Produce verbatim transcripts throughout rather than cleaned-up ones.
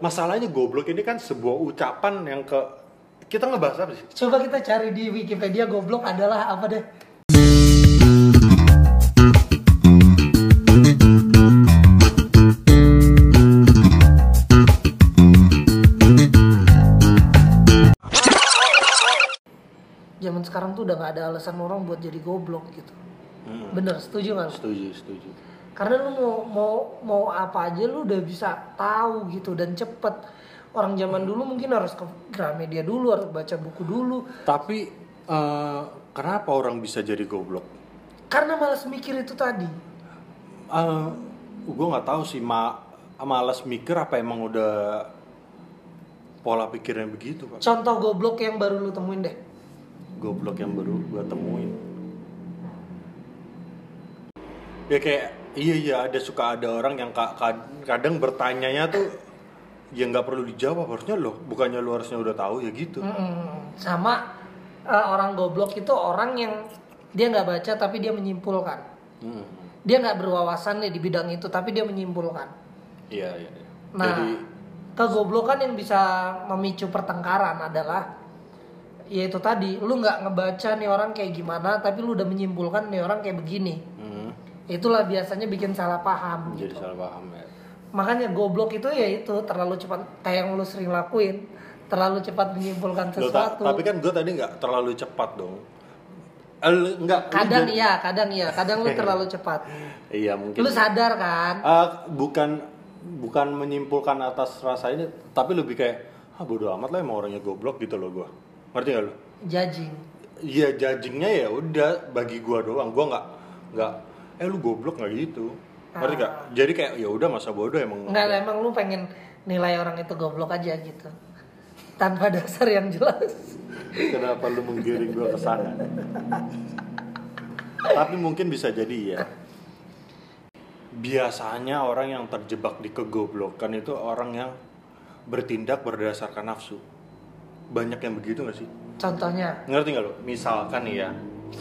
masalahnya goblok ini kan sebuah ucapan yang ke kita ngebahas apa sih? Coba kita cari di Wikipedia goblok adalah apa deh? Zaman sekarang tuh udah nggak ada alasan orang buat jadi goblok gitu. Hmm. Bener, setuju nggak? Setuju, setuju. Karena lu mau mau mau apa aja lu udah bisa tahu gitu dan cepet. Orang zaman dulu mungkin harus ke Gramedia dulu, harus baca buku dulu. Tapi uh, kenapa orang bisa jadi goblok? Karena malas mikir itu tadi. Uh, gue nggak tahu sih, ma malas mikir apa emang udah pola pikirnya begitu, Pak. Contoh goblok yang baru lu temuin deh. Goblok yang baru gue temuin. Ya kayak iya iya ada suka ada orang yang kadang bertanyanya tuh ya nggak perlu dijawab, harusnya loh bukannya lu harusnya udah tahu ya gitu. Mm-mm. Sama uh, orang goblok itu orang yang dia nggak baca tapi dia menyimpulkan. Mm. Dia nggak berwawasan nih di bidang itu tapi dia menyimpulkan. Iya iya. iya. Nah Jadi, kegoblokan yang bisa memicu pertengkaran adalah yaitu tadi lu nggak ngebaca nih orang kayak gimana tapi lu udah menyimpulkan nih orang kayak begini. Mm. Itulah biasanya bikin salah paham. Jadi gitu. salah paham ya. Makanya goblok itu ya itu terlalu cepat kayak yang lu sering lakuin, terlalu cepat menyimpulkan sesuatu. Loh, ta- tapi kan gue tadi nggak terlalu cepat dong. Eh, enggak. Kadang iya, kadang iya, kadang lu terlalu cepat. Iya mungkin. Lu sadar kan? Uh, bukan bukan menyimpulkan atas rasa ini, tapi lebih kayak ah bodo amat lah emang orangnya goblok gitu loh gue. Ngerti nggak lu? Judging. Iya judgingnya ya udah bagi gue doang. Gue nggak nggak eh lu goblok nggak gitu. Ngerti gak? Jadi kayak ya udah masa bodoh emang. Enggak, emang lu pengen nilai orang itu goblok aja gitu. Tanpa dasar yang jelas. Kenapa lu menggiring gua ke sana? Tapi mungkin bisa jadi ya. Biasanya orang yang terjebak di kegoblokan itu orang yang bertindak berdasarkan nafsu. Banyak yang begitu gak sih? Contohnya? Ngerti gak lu? Misalkan nih ya.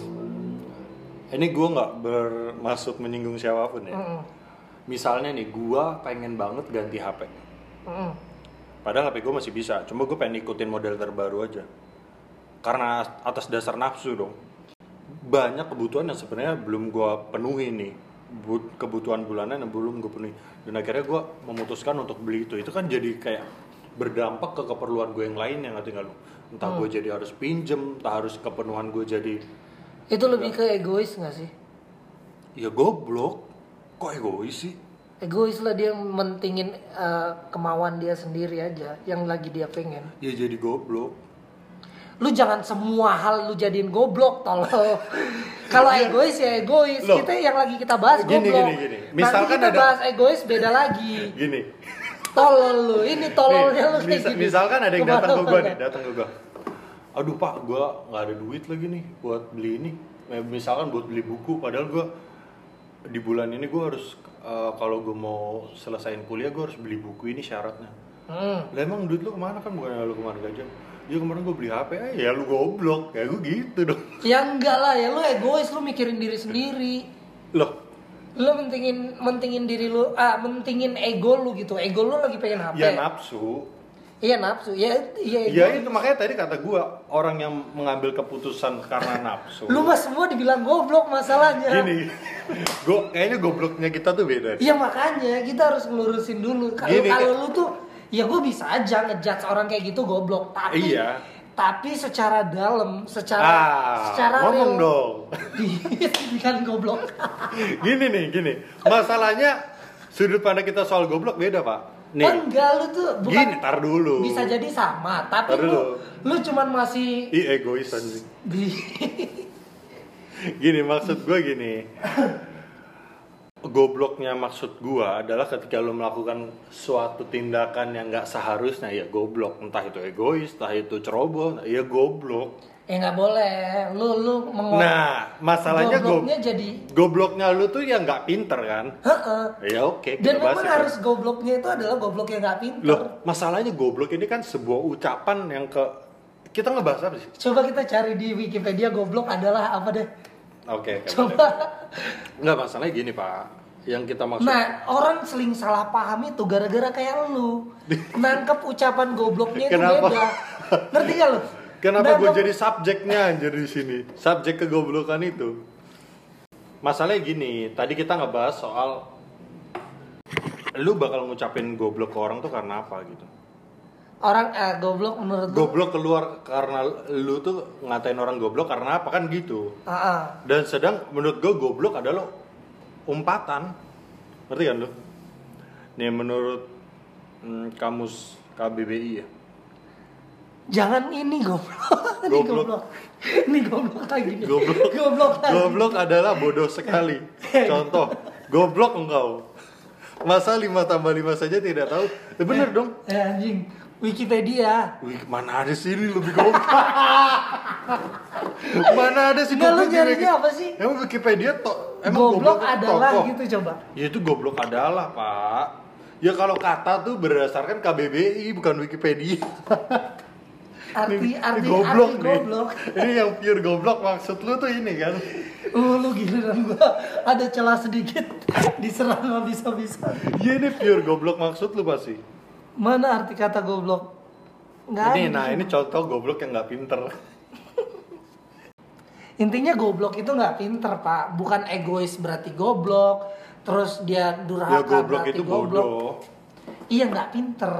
Ini gue nggak bermaksud menyinggung siapapun ya. Mm-mm. Misalnya nih, gue pengen banget ganti H P. Mm-mm. Padahal H P gue masih bisa, cuma gue pengen ikutin model terbaru aja. Karena atas dasar nafsu dong. Banyak kebutuhan yang sebenarnya belum gue penuhi nih. Kebutuhan bulanan yang belum gue penuhi. Dan akhirnya gue memutuskan untuk beli itu. Itu kan jadi kayak berdampak ke keperluan gue yang lain yang nggak lu. Entah mm. gue jadi harus pinjem, entah harus kepenuhan gue jadi. Itu lebih ke egois gak sih? Ya goblok. Kok egois sih? Egois lah, dia mentingin uh, kemauan dia sendiri aja yang lagi dia pengen. Ya jadi goblok. Lu jangan semua hal lu jadiin goblok tolong. Kalau egois ya egois. Loh, kita yang lagi kita bahas gini, goblok. Gini gini Misalkan nanti kita ada bahas egois beda lagi. Gini. Tolol lu. Ini tololnya lu kayak misal, gini. Misalkan ada yang datang ke gua nih, datang ke gua. Aduh pak, gue nggak ada duit lagi nih buat beli ini. Misalkan buat beli buku, padahal gue di bulan ini gue harus uh, kalau gue mau selesain kuliah gue harus beli buku ini syaratnya. Hmm. Lah emang duit lu kemana kan? Bukannya lu kemana aja? Ya kemarin gue beli H P, ah, ya lu goblok, ya gue gitu dong. Ya enggak lah, ya lu egois, lu mikirin diri sendiri. Loh? Lu mentingin mentingin diri lu, ah mentingin ego lu gitu. Ego lu lagi pengen H P. Ya nafsu. Iya nafsu, ya iya. Ya itu makanya tadi kata gue orang yang mengambil keputusan karena nafsu. Lu mah semua dibilang goblok masalahnya. Gini, gue kayaknya gobloknya kita tuh beda. Iya makanya kita harus ngelurusin dulu. Kalau kalau lu tuh, ya gue bisa aja ngejudge orang kayak gitu goblok. Tapi, iya. Tapi secara dalam, secara, ah, secara ngomong real, dong. Kan goblok. Gini nih, gini. Masalahnya sudut pandang kita soal goblok beda pak. Nih. Enggak, lu tuh bukan. Gini, tar dulu. Bisa jadi sama, tapi lu lu cuman masih ih egois anjing. Gini, maksud gue gini. Gobloknya maksud gue adalah ketika lu melakukan suatu tindakan yang enggak seharusnya, ya goblok. Entah itu egois, entah itu ceroboh, ya goblok. Ya nggak boleh, lu lu mengol. Nah, masalahnya gobloknya go- jadi gobloknya lu tuh yang nggak pinter kan? Heeh. Ya oke. Okay, dan memang harus kan. Gobloknya itu adalah goblok yang nggak pinter. Loh, masalahnya goblok ini kan sebuah ucapan yang ke kita ngebahas apa sih? Coba kita cari di Wikipedia goblok adalah apa deh? Oke. Okay, coba. Nggak masalahnya gini pak. yang kita maksud. Nah, orang sering salah paham itu gara-gara kayak lu. Nangkep ucapan gobloknya itu Kenapa? beda. Ngerti gak lu? Kenapa Nangkep... gue jadi subjeknya anjir di sini? Subjek kegoblokan itu. Masalahnya gini, tadi kita ngebahas soal lu bakal ngucapin goblok ke orang tuh karena apa gitu. Orang eh, goblok menurut lu? Goblok keluar karena lu tuh ngatain orang goblok karena apa kan gitu. Uh-uh. Dan sedang menurut gue goblok adalah umpatan. Ngerti kan lu? Nih menurut hmm, kamus K B B I ya. Jangan ini goblok. Ini Goblok. goblok. Ini goblok lagi nih. Goblok. Goblok lagi. Goblok adalah bodoh sekali. Contoh, goblok engkau. Masa lima tambah lima saja tidak tahu? Eh, bener dong. Eh anjing, Wikipedia. Wih, mana ada sih ini lebih goblok. Mana ada sih Nggak, lu goblok nyarinya gini? apa sih? Emang Wikipedia to- emang Goblok, goblok, itu adalah tokoh? gitu coba. Ya itu goblok adalah, Pak. Ya kalau kata tuh berdasarkan K B B I bukan Wikipedia. Arti Ini- arti ini goblok arti nih. goblok. Ini yang pure goblok maksud lu tuh ini kan. Uh, lu giliran gua ada celah sedikit diserang bisa-bisa. Iya ini pure goblok maksud lu pasti. Mana arti kata goblok? Nggak Ini ada. nah ini contoh goblok yang nggak pinter. Intinya goblok itu nggak pinter pak, bukan egois berarti goblok, terus dia durhaka Ya goblok berarti itu goblok. bodoh. Iya nggak pinter.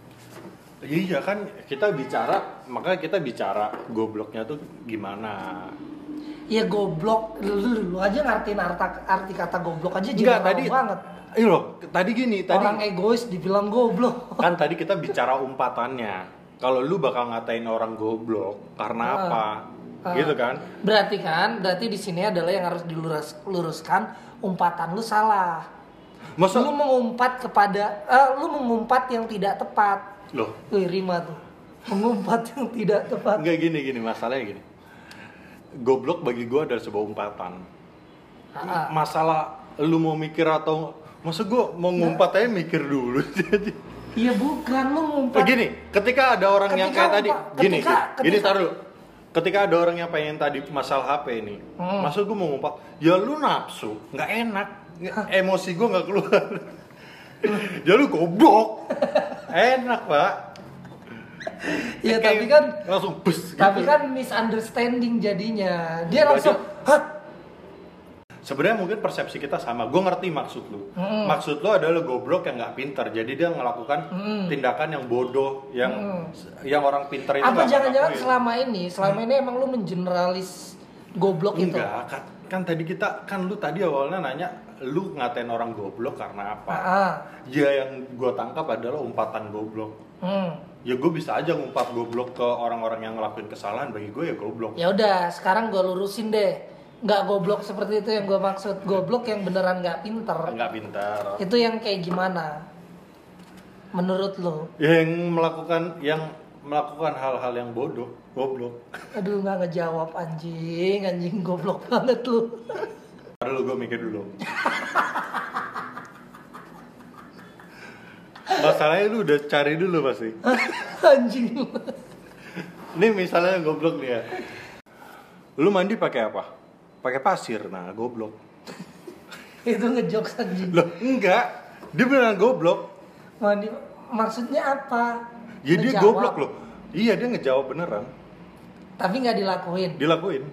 Iya kan kita bicara, makanya kita bicara gobloknya tuh gimana. Iya goblok, lu, lu, lu aja ngartiin arti, arti kata goblok aja Enggak jadi tadi banget. Iya loh, tadi gini, tadi Orang egois dibilang goblok. kan tadi kita bicara umpatannya. Kalau lu bakal ngatain orang goblok karena Ah. apa? Ah. Gitu kan? Berarti kan, berarti di sini adalah yang harus diluruskan, umpatan lu salah. Masa Lu mengumpat kepada, eh, lu mengumpat yang tidak tepat. loh, Wih, rima tuh. Mengumpat yang tidak tepat. enggak gini gini masalahnya gini. Goblok bagi gua adalah sebuah umpatan. Ah, ah. Masalah lu mau mikir atau masa gua mau ngumpat aja mikir dulu. Jadi Iya bukan, lu ngumpat. Gini, ketika ada orang yang Ketika kayak tadi, umpa- gini, ketika- gini, gini ketika- taruh. Ketika ada orang yang pengen tadi masalah H P ini, Hmm. maksud gue mau ngumpat, ya lu nafsu, nggak enak, emosi gue nggak keluar. Ya lu goblok, enak pak. Ya Kayak tapi kan, langsung bus. tapi gitu. kan misunderstanding jadinya. Dia Enggak, langsung, dia- hah? Sebenarnya mungkin persepsi kita sama. Gue ngerti maksud lu. Hmm. Maksud lu adalah goblok yang nggak pintar. Jadi dia melakukan Hmm. tindakan yang bodoh, yang Hmm. yang orang pintar itu. Apa nggak jangan-jangan ngelakuin. selama ini, selama ini emang lu mengeneralis goblok itu? Enggak, kan, kan tadi kita kan lu tadi awalnya nanya lu ngatain orang goblok karena apa? Ah, ah. Ya yang gua tangkap adalah umpatan goblok. Hmm. Ya gue bisa aja ngumpat goblok ke orang-orang yang ngelakuin kesalahan, bagi gue ya goblok. Ya udah, sekarang gue lurusin deh. Nggak goblok seperti itu yang gue maksud. Goblok yang beneran nggak pinter. Enggak pintar. Itu yang kayak gimana? Menurut lo? Yang melakukan yang melakukan hal-hal yang bodoh, goblok. Aduh nggak ngejawab anjing, anjing goblok banget lu. Aduh gue mikir dulu. Masalahnya lu udah cari dulu pasti. Anjing lu. Ini misalnya goblok nih ya. Lu mandi pakai apa? Pakai pasir. Nah, goblok. Itu ngejokes anjing. Loh, enggak. Dia beneran goblok. Mandi, maksudnya apa? Ya dia Ngejawab, goblok loh. Iya, dia ngejawab beneran. Tapi nggak dilakuin. Dilakuin.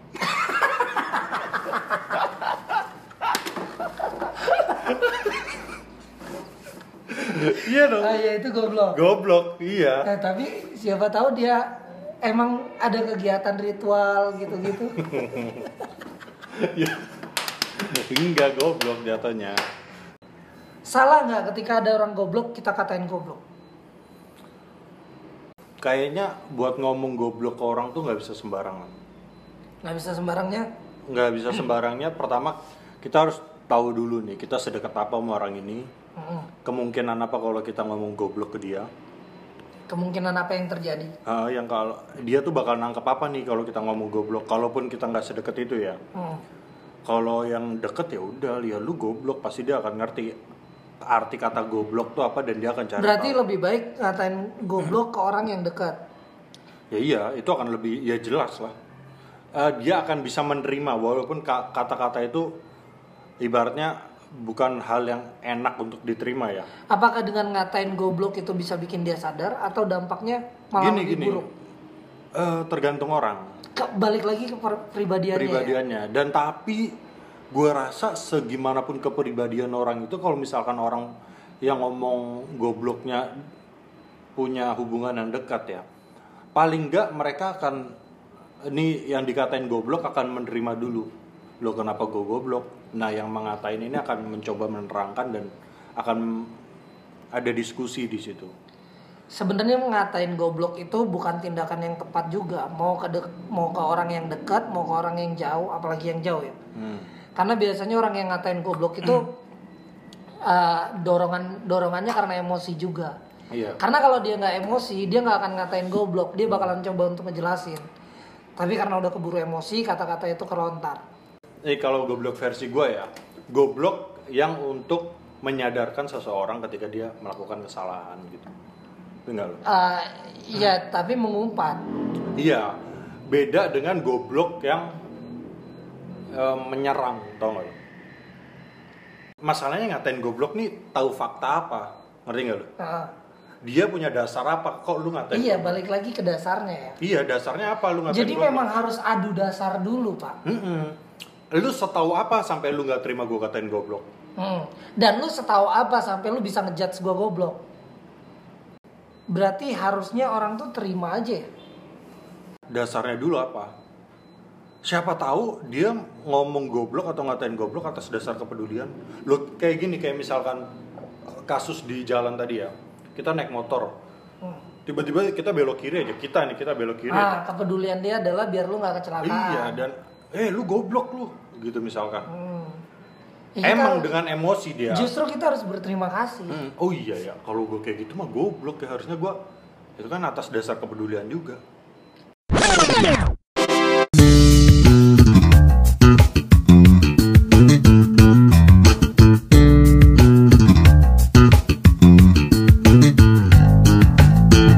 Iya dong. Ah ya itu goblok. Goblok, iya. Nah, tapi siapa tahu dia emang ada kegiatan ritual gitu-gitu. Ya. Enggak goblok jatuhnya. Salah nggak ketika ada orang goblok kita katain goblok? Kayaknya buat ngomong goblok ke orang tuh nggak bisa sembarangan. Nggak bisa sembarangnya. Nggak bisa sembarangnya. Pertama kita harus tahu dulu nih kita sedekat apa sama orang ini. Mm-mm. Kemungkinan apa kalau kita ngomong goblok ke dia. Kemungkinan apa yang terjadi? Ah, yang kalau dia tuh bakal nangkep apa nih kalau kita ngomong goblok. Kalaupun kita nggak sedekat itu ya. Hmm. Kalau yang deket ya udah, ya lu goblok pasti dia akan ngerti arti kata goblok tuh apa dan dia akan cari Berarti tahu. lebih baik ngatain goblok ke orang yang dekat. Ya iya, itu akan lebih ya jelas lah. Eh, dia akan bisa menerima walaupun ka- kata-kata itu ibaratnya bukan hal yang enak untuk diterima ya. Apakah dengan ngatain goblok itu bisa bikin dia sadar atau dampaknya malah Gini, lebih gini. buruk? Uh, tergantung orang. Ke, balik lagi ke pribadiannya. Pribadiannya. Ya? Dan tapi gue rasa segimanapun kepribadian orang itu, kalau misalkan orang yang ngomong gobloknya punya hubungan yang dekat ya, paling enggak mereka akan, ini yang dikatain goblok akan menerima dulu. Lo kenapa gue goblok? Nah yang mengatain ini akan mencoba menerangkan dan akan ada diskusi di situ. Sebenarnya mengatain goblok itu bukan tindakan yang tepat juga. Mau ke de- mau ke orang yang dekat, mau ke orang yang jauh, apalagi yang jauh ya. Hmm. Karena biasanya orang yang ngatain goblok itu uh, dorongan dorongannya karena emosi juga. Iya. Karena kalau dia nggak emosi, dia nggak akan ngatain goblok. Dia bakalan coba untuk ngejelasin. Tapi karena udah keburu emosi, kata-kata itu kelontar. Eh kalau goblok versi gue ya, goblok yang untuk menyadarkan seseorang ketika dia melakukan kesalahan gitu. Enggak lo? Uh, iya, tapi mengumpat. Iya, beda dengan goblok yang uh, menyerang, tau gak lo? Masalahnya ngatain goblok nih tahu fakta apa, ngerti gak lo? Uh. Dia punya dasar apa, kok lu ngatain? Iya, goblok? balik lagi ke dasarnya ya. Iya, dasarnya apa lu ngatain? Jadi goblok? memang harus adu dasar dulu, Pak. Mm-mm. Lu setahu apa sampai lu nggak terima gue katain goblok? Hmm. Dan lu setahu apa sampai lu bisa ngejudge gue goblok? Berarti harusnya orang tuh terima aja. Dasarnya dulu apa? Siapa tahu dia ngomong goblok atau ngatain goblok atas dasar kepedulian. Lu kayak gini, kayak misalkan kasus di jalan tadi ya. Kita naik motor. Hmm. Tiba-tiba kita belok kiri aja. Kita nih, kita belok kiri ah, aja. kepedulian dia adalah biar lu gak kecelakaan. Iya, dan eh lu goblok lu gitu misalkan. Hmm. Ya, emang kita, dengan emosi dia. Justru kita harus berterima kasih. Hmm. Oh iya ya, kalau gue kayak gitu mah goblok ya, harusnya gue itu kan atas dasar kepedulian juga.